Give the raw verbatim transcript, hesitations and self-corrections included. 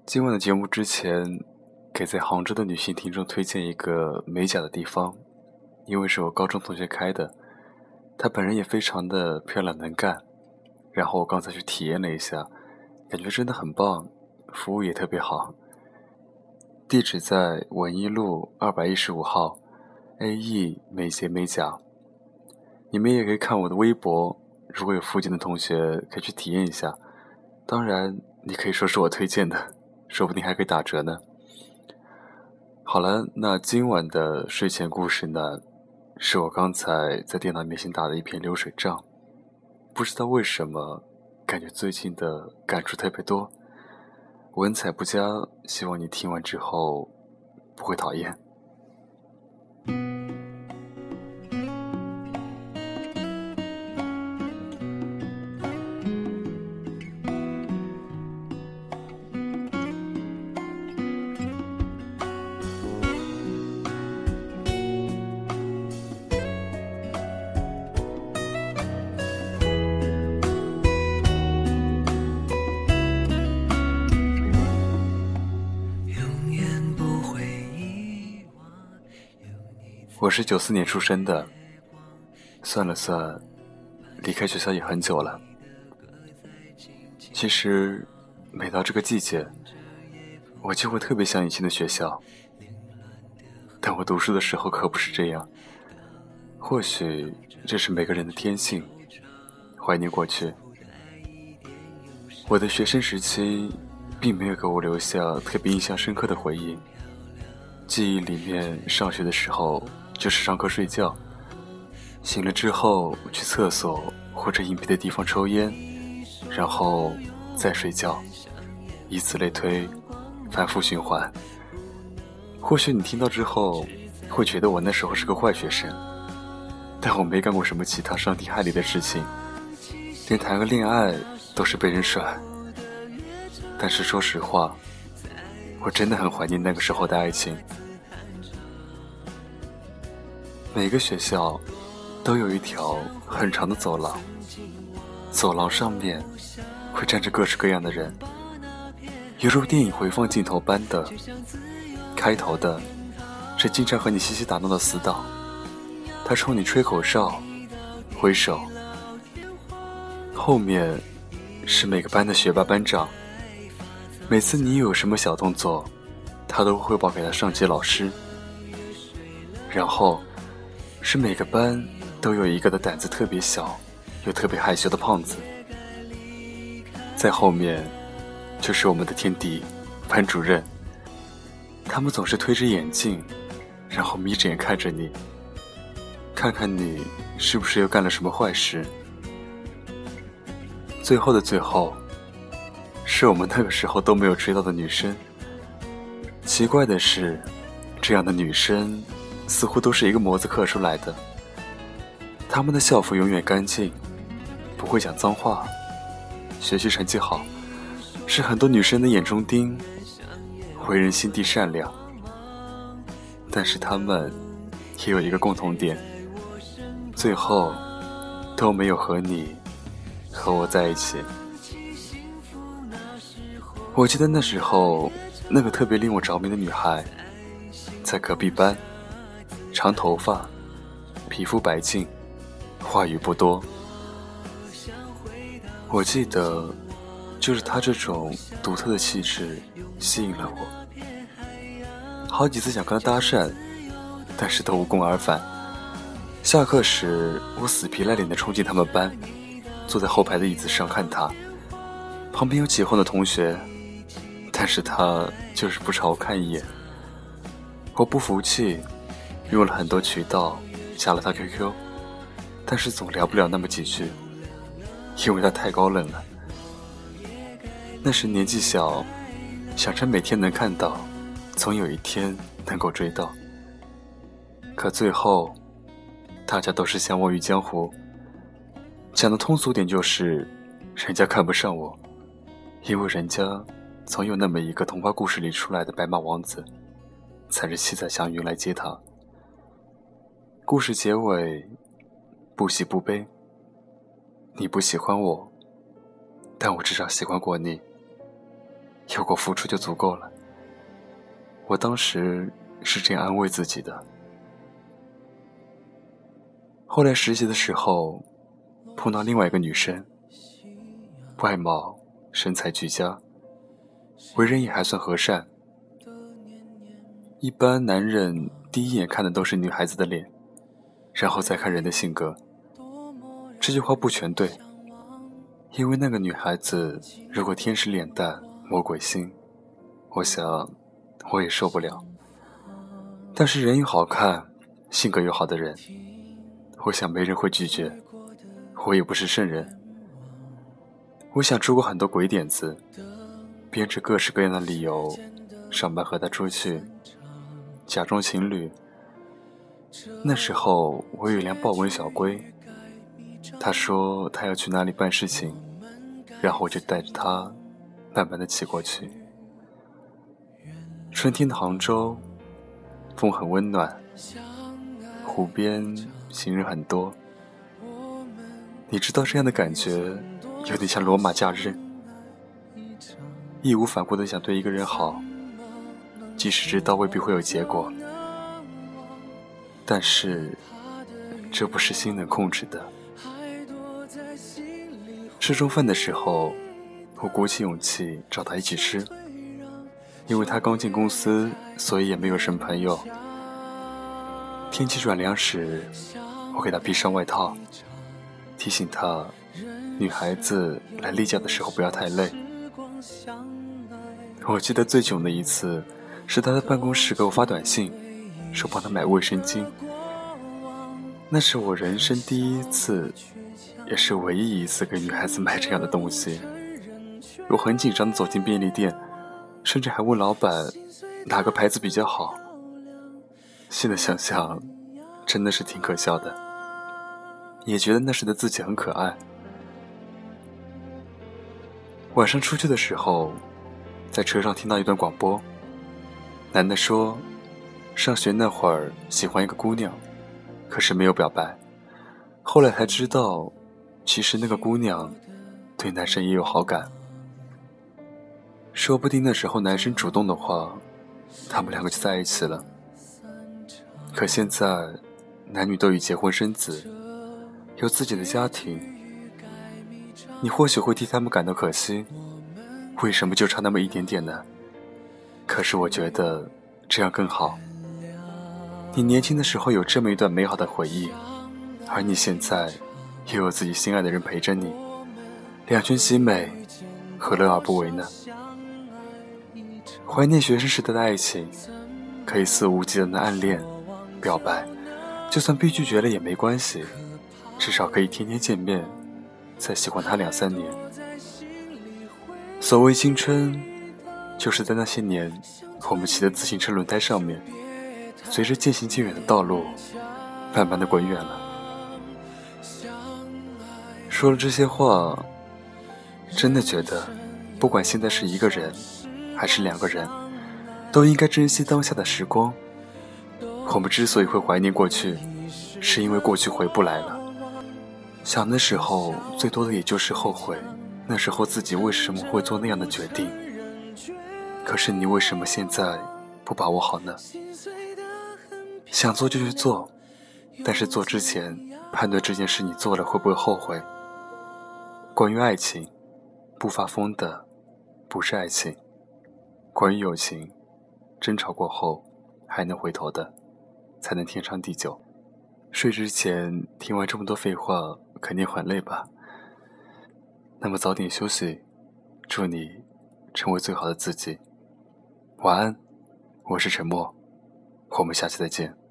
今晚的节目之前，给在杭州的女性听众推荐一个美甲的地方，因为是我高中同学开的，她本人也非常的漂亮能干，然后我刚才去体验了一下，感觉真的很棒，服务也特别好。地址在文一路二百一十五号 A E 美睫美甲，你们也可以看我的微博，如果有附近的同学可以去体验一下，当然你可以说是我推荐的，说不定还可以打折呢。好了，那今晚的睡前故事呢，是我刚才在电脑面前打的一篇流水账。不知道为什么，感觉最近的感触特别多，文采不佳，希望你听完之后不会讨厌。我是九四年出生的，算了算，离开学校也很久了。其实，每到这个季节，我就会特别想以前的学校。但我读书的时候可不是这样。或许这是每个人的天性，怀念过去。我的学生时期，并没有给我留下特别印象深刻的回忆。记忆里面，上学的时候就是上课睡觉，醒了之后去厕所或者隐蔽的地方抽烟，然后再睡觉，以此类推，反复循环。或许你听到之后会觉得我那时候是个坏学生，但我没干过什么其他伤天害理的事情，连谈个恋爱都是被人甩。但是说实话，我真的很怀念那个时候的爱情。每个学校都有一条很长的走廊，走廊上面会站着各式各样的人，犹如电影回放镜头般的。开头的是经常和你嬉戏打闹的死党，他冲你吹口哨挥手。后面是每个班的学霸班长，每次你有什么小动作，他都会汇报给他上级老师。然后是每个班都有一个的胆子特别小又特别害羞的胖子。在后面就是我们的天敌班主任，他们总是推着眼镜，然后眯着眼看着你，看看你是不是又干了什么坏事。最后的最后，是我们那个时候都没有追到的女生。奇怪的是，这样的女生似乎都是一个模子刻出来的。她们的校服永远干净，不会讲脏话，学习成绩好，是很多女生的眼中钉，为人心地善良。但是她们也有一个共同点，最后都没有和你和我在一起。我记得那时候，那个特别令我着迷的女孩在隔壁班，长头发，皮肤白净，话语不多。我记得就是她这种独特的气质吸引了我，好几次想跟她搭讪，但是都无功而返。下课时，我死皮赖脸地冲进他们班，坐在后排的椅子上看她。旁边有起哄的同学，但是她就是不朝我看一眼。我不服气，用了很多渠道加了她 Q Q， 但是总聊不了那么几句，因为她太高冷了。那时年纪小，想着每天能看到，总有一天能够追到。可最后大家都是相忘于江湖。讲的通俗点就是，人家看不上我，因为人家总有那么一个童话故事里出来的白马王子，踩着七彩祥云来接他。故事结尾，不喜不悲。你不喜欢我，但我至少喜欢过你， 有过付出就足够了。我当时是这样安慰自己的。后来实习的时候碰到另外一个女生，外貌身材俱佳，为人也还算和善。一般男人第一眼看的都是女孩子的脸，然后再看人的性格。这句话不全对，因为那个女孩子如果天使脸蛋魔鬼心，我想我也受不了。但是人又好看性格又好的人，我想没人会拒绝。我也不是圣人，我想出过很多鬼点子，编织各式各样的理由，上班和他出去，假装情侣。那时候我有一辆豹纹小龟，他说他要去哪里办事情，然后我就带着他慢慢地骑过去。春天的杭州，风很温暖，湖边行人很多。你知道这样的感觉有点像罗马假日，义无反顾地想对一个人好，即使知道未必会有结果，但是这不是心能控制的。吃中饭的时候，我鼓起勇气找他一起吃，因为他刚进公司，所以也没有什么朋友。天气转凉时，我给他披上外套，提醒他女孩子来例假的时候不要太累。我记得最囧的一次是他在办公室给我发短信，说帮他买卫生巾。那是我人生第一次，也是唯一一次给女孩子买这样的东西。我很紧张地走进便利店，甚至还问老板哪个牌子比较好。现在想想真的是挺可笑的，也觉得那时的自己很可爱。晚上出去的时候，在车上听到一段广播，男的说上学那会儿喜欢一个姑娘，可是没有表白，后来才知道其实那个姑娘对男生也有好感，说不定那时候男生主动的话，他们两个就在一起了。可现在男女都已结婚生子，有自己的家庭，你或许会替他们感到可惜，为什么就差那么一点点呢？可是我觉得这样更好。你年轻的时候有这么一段美好的回忆，而你现在又有自己心爱的人陪着你，两全其美，何乐而不为呢？怀念学生时代的爱情，可以肆无忌惮的暗恋表白，就算被拒绝了也没关系，至少可以天天见面，再喜欢他两三年。所谓青春，就是在那些年我们骑的自行车轮胎上面，随着渐行渐远的道路慢慢的滚远了。说了这些话，真的觉得不管现在是一个人还是两个人，都应该珍惜当下的时光。我们之所以会怀念过去，是因为过去回不来了。想的时候最多的也就是后悔，那时候自己为什么会做那样的决定。可是你为什么现在不把握好呢？想做就去做，但是做之前判断这件事你做了会不会后悔。关于爱情，不发疯的不是爱情。关于友情，争吵过后还能回头的才能天长地久。睡之前听完这么多废话，肯定很累吧？那么早点休息，祝你成为最好的自己。晚安，我是沉默，我们下期再见。